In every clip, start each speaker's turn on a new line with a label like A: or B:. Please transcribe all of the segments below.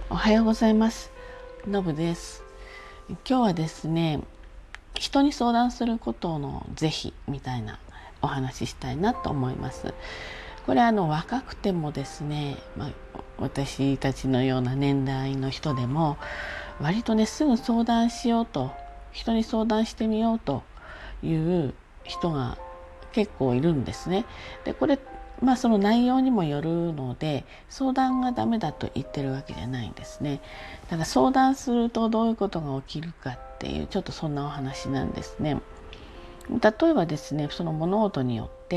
A: おはようございます。のぶです。今日はですね、人に相談することの是非みたいなお話ししたいなと思います。これ若くてもですね、私たちのような年代の人でも割とねすぐ相談しようと、人に相談してみようという人が結構いるんですね。でこれその内容にもよるので相談がダメだと言ってるわけじゃないんですね。ただ相談するとどういうことが起きるかっていうちょっとそんなお話なんですね。例えばですね、その物事によって、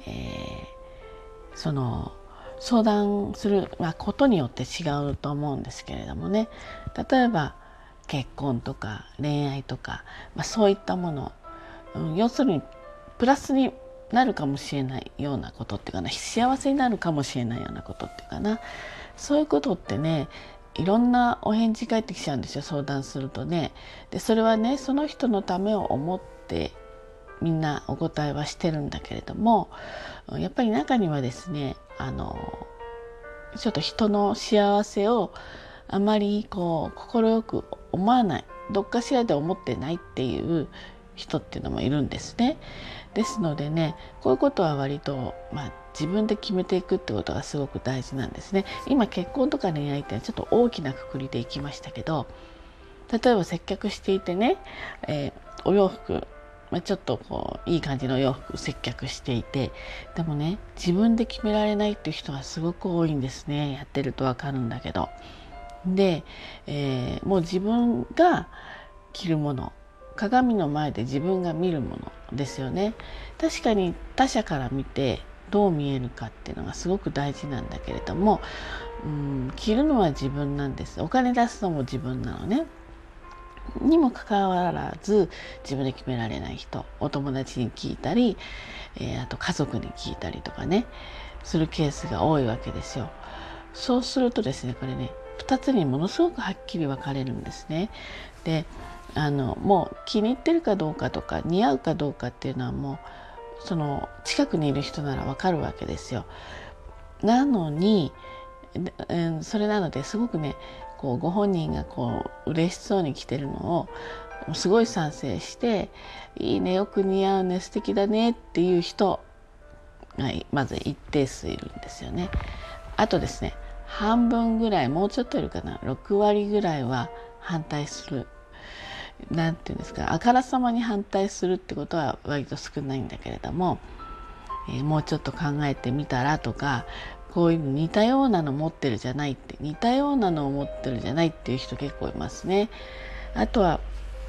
A: その相談する、ことによって違うと思うんですけれどもね、例えば結婚とか恋愛とか、そういったもの、要するにプラスになるかもしれないようなことっていうかな、幸せになるかもしれないようなことっていうかな、そういうことってね、いろんなお返事返ってきちゃうんですよ、相談するとね。でそれはね、その人のためを思ってみんなお答えはしてるんだけれども、やっぱり中にはですね、ちょっと人の幸せをあまり快く思わない、どっかしらで思ってないっていう人っていうのもいるんですね。ですのでね、こういうことは割と、自分で決めていくってことがすごく大事なんですね。今結婚とか恋愛ってちょっと大きな括りでいきましたけど、例えば接客していてね、お洋服、ちょっといい感じのお洋服接客していて、でもね自分で決められないっていう人がすごく多いんですね。やってるとわかるんだけど。で、もう自分が着るもの、鏡の前で自分が見るものですよね。確かに他者から見てどう見えるかっていうのがすごく大事なんだけれども、着るのは自分なんです。お金出すのも自分なのね。にもかかわらず自分で決められない人、お友達に聞いたり、あと家族に聞いたりとかね、するケースが多いわけですよ。そうするとですね、これね2つにものすごくはっきり分かれるんですね。でもう気に入ってるかどうかとか似合うかどうかっていうのはもうその近くにいる人なら分かるわけですよ。なのに、それなのですごくねご本人が嬉しそうに着てるのをすごい賛成して「いいね、よく似合うね、素敵だね」っていう人がまず一定数いるんですよね。あとですね、半分ぐらい、もうちょっといるかな、6割ぐらいは反対する。なんていうんですか、あからさまに反対するってことは割と少ないんだけれども、もうちょっと考えてみたらとか、こういう似たようなの持ってるじゃないって、似たようなのを持ってるじゃないっていう人結構いますね。あとは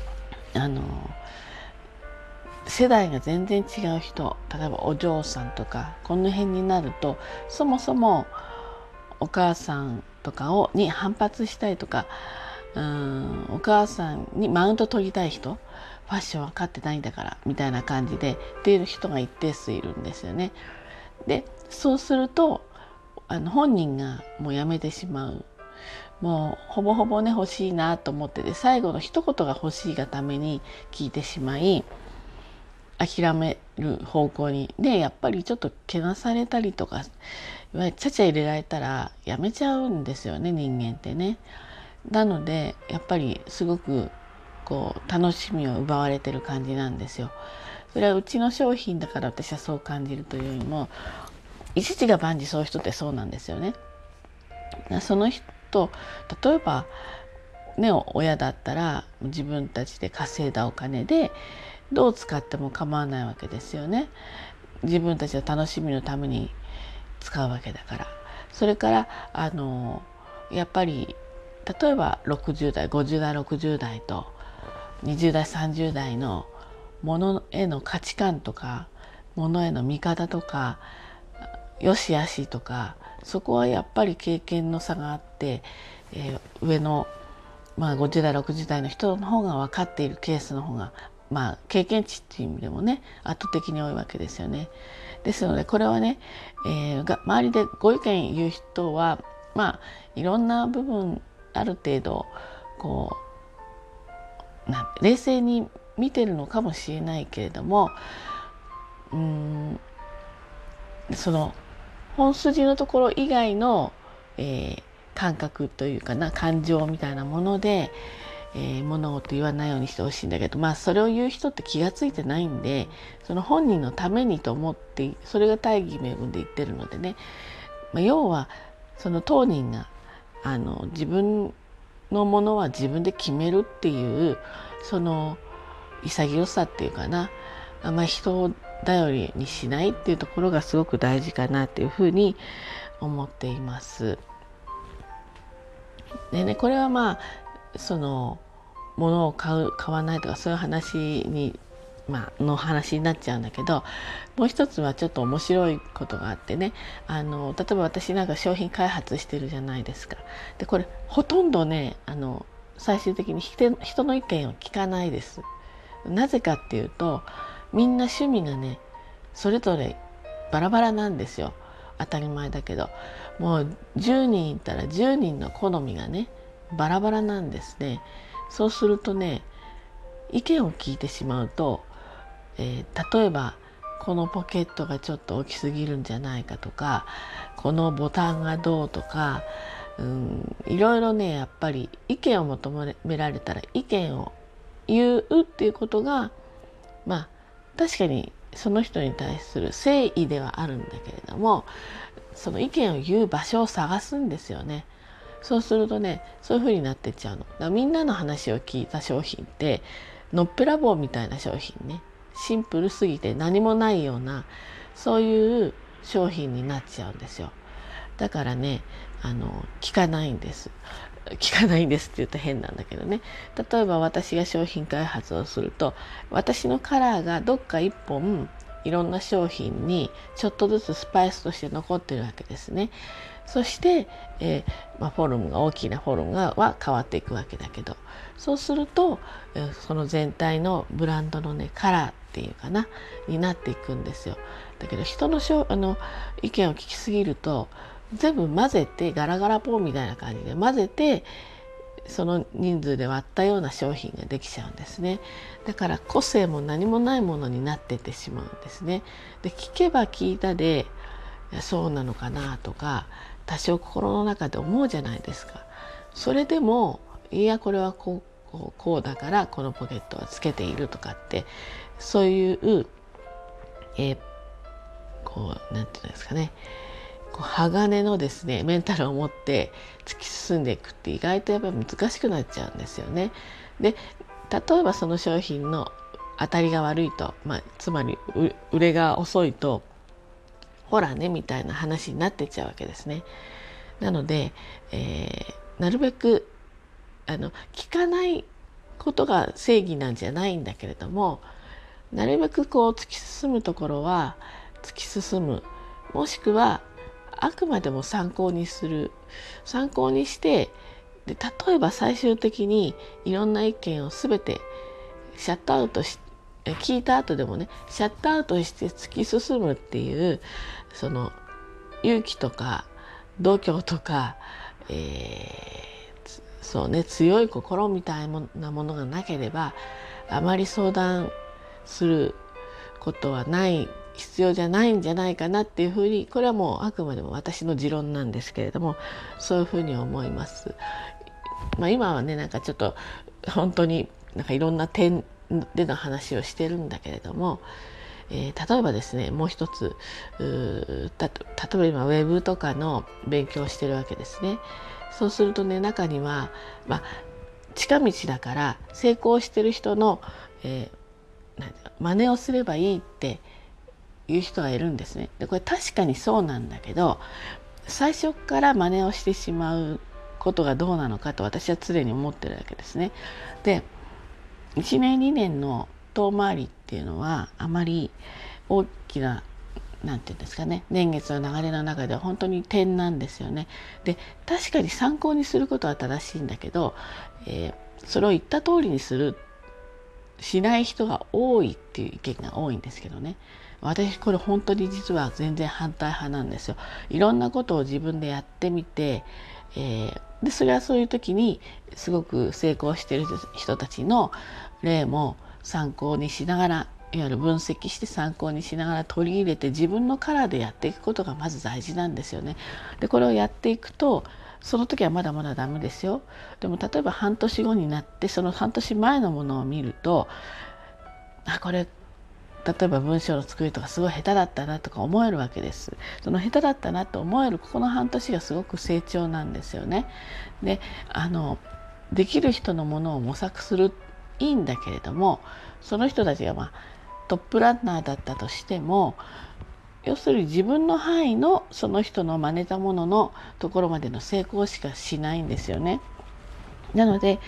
A: 世代が全然違う人、例えばお嬢さんとかこの辺になると、そもそもお母さんとかに反発したいとか、お母さんにマウント取りたい人、ファッション分かってないんだからみたいな感じでっていう人が一定数いるんですよね。でそうすると本人がもうやめてしまう、もうほぼほぼね欲しいなと思ってて、最後の一言が欲しいがために聞いてしまい諦める方向にで、やっぱりちょっとけなされたりとかちゃちゃ入れられたらやめちゃうんですよね、人間ってね。なのでやっぱりすごく楽しみを奪われてる感じなんですよ。それはうちの商品だから私はそう感じるというよりも、一時が万事そういう人ってそうなんですよね。その人、例えばね、親だったら自分たちで稼いだお金でどう使っても構わないわけですよね。自分たちの楽しみのために使うわけだから。それからやっぱり例えば60代50代60代と20代30代のものへの価値観とか、ものへの見方とか、よしあしとか、そこはやっぱり経験の差があって、上の、50代60代の人の方が分かっているケースの方が、経験値っていう意味でもね圧倒的に多いわけですよね。ですのでこれはね、周りでご意見言う人はいろんな部分ある程度冷静に見てるのかもしれないけれども、その本筋のところ以外の、 感覚というかな、感情みたいなもので、物事言わないようにしてほしいんだけど、それを言う人って気が付いてないんで、その本人のためにと思ってそれが大義名分で言ってるのでね、要はその当人が自分のものは自分で決めるっていうその潔さっていうかな、人を頼りにしないっていうところがすごく大事かなっていうふうに思っています。でね、これはその物を買わないとかそういう話に、の話になっちゃうんだけど、もう一つはちょっと面白いことがあってね、例えば私なんか商品開発してるじゃないですか。でこれほとんどね最終的に人の意見を聞かないです。なぜかっていうと、みんな趣味がねそれぞれバラバラなんですよ。当たり前だけど、もう10人いたら10人の好みがねバラバラなんですね。そうするとね、意見を聞いてしまうと、例えばこのポケットがちょっと大きすぎるんじゃないかとか、このボタンがどうとか、いろいろねやっぱり意見を求められたら意見を言うっていうことが確かにその人に対する誠意ではあるんだけれども、その意見を言う場所を探すんですよね。そうするとねそういう風になってっちゃうの。だからみんなの話を聞いた商品ってのっぺらぼうみたいな商品ね、シンプルすぎて何もないようなそういう商品になっちゃうんですよ。だからね聞かないんです。聞かないんですって言うと変なんだけどね、例えば私が商品開発をすると、私のカラーがどっか一本いろんな商品にちょっとずつスパイスとして残ってるわけですね。そして、フォルムが大きなフォルムは変わっていくわけだけど、そうすると、その全体のブランドのねカラーっていうかなになっていくんですよ。だけど人の意見を聞きすぎると全部混ぜてガラガラポンみたいな感じで混ぜて、その人数で割ったような商品ができちゃうんですね。だから個性も何もないものになっていってしまうんですね。で聞けば聞いたでそうなのかなとか多少心の中で思うじゃないですか。それでもいやこれはこうだからこのポケットはつけているとかって、そういう、なんていうんですかね、鋼のですねメンタルを持って突き進んでいくって意外とやっぱり難しくなっちゃうんですよね。で例えばその商品の当たりが悪いと、つまり売れが遅いとほらねみたいな話になってっちゃうわけですね。なので、なるべく聞かないことが正義なんじゃないんだけれども、なるべく突き進むところは突き進む、もしくはあくまでも参考にして、で例えば最終的にいろんな意見を全てシャットアウト聞いた後でもねシャットアウトして突き進むっていうその勇気とか度胸とか、そうね強い心みたいなものがなければあまり相談することは必要じゃないんじゃないかなっていうふうに、これはもうあくまでも私の持論なんですけれども、そういうふうに思います。今はねなんかちょっと本当になんかいろんな点での話をしてるんだけれども、例えばですねもう一つ例えば今ウェブとかの勉強をしてるわけですね。そうするとね中には、近道だから成功してる人の、真似をすればいいっていう人がいるんですね。でこれ確かにそうなんだけど、最初から真似をしてしまうことがどうなのかと私は常に思ってるわけですね。で1年2年の遠回りっていうのはあまり大きななんていうんですかね、年月の流れの中では本当に点なんですよね。で確かに参考にすることは正しいんだけど、それを言った通りにしない人が多いっていう意見が多いんですけどね、私これ本当に実は全然反対派なんですよ。いろんなことを自分でやってみて、でそれはそういう時にすごく成功している人たちの例も参考にしながら、いわゆる分析して参考にしながら取り入れて自分のカラーでやっていくことがまず大事なんですよね。でこれをやっていくとその時はまだまだダメですよ。でも例えば半年後になってその半年前のものを見ると、これ例えば文章の作りとかすごい下手だったなとか思えるわけです。その下手だったなと思えるこの半年がすごく成長なんですよね。でできる人のものを模索するいいんだけれども、その人たちがトップランナーだったとしても、要するに自分の範囲のその人の真似たもののところまでの成功しかしないんですよね。なので、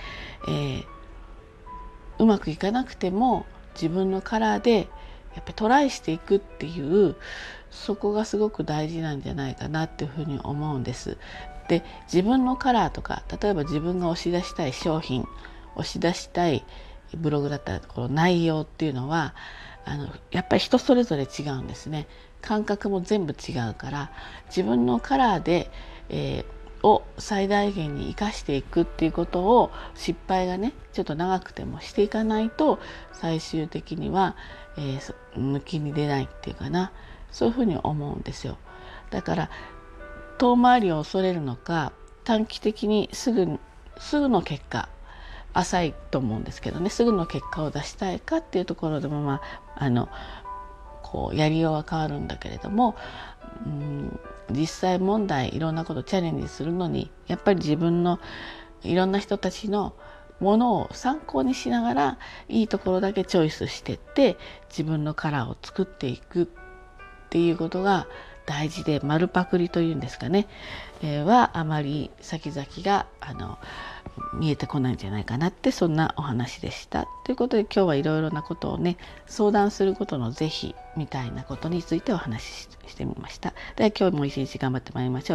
A: うまくいかなくても自分のカラーでやっぱりトライしていくっていう、そこがすごく大事なんじゃないかなっていうふうに思うんです。で、自分のカラーとか、例えば自分が押し出したい商品、押し出したいブログだったらこの内容っていうのはやっぱり人それぞれ違うんですね。感覚も全部違うから、自分のカラーで、を最大限に生かしていくっていうことを、失敗がねちょっと長くてもしていかないと最終的には、抜きに出ないっていうかな、そういうふうに思うんですよ。だから遠回りを恐れるのか、短期的にすぐの結果、浅いと思うんですけどね、すぐの結果を出したいかっていうところでもこうやりようは変わるんだけれども、実際問題いろんなことチャレンジするのに、やっぱり自分のいろんな人たちのものを参考にしながら、いいところだけチョイスしてって自分のカラーを作っていくっていうことが大事で、丸パクリというんですかね、はあまり先々が見えてこないんじゃないかなって、そんなお話でした。ということで今日はいろいろなことをね、相談することの是非みたいなことについてお話ししてみました。では今日も一日頑張ってまいりましょう。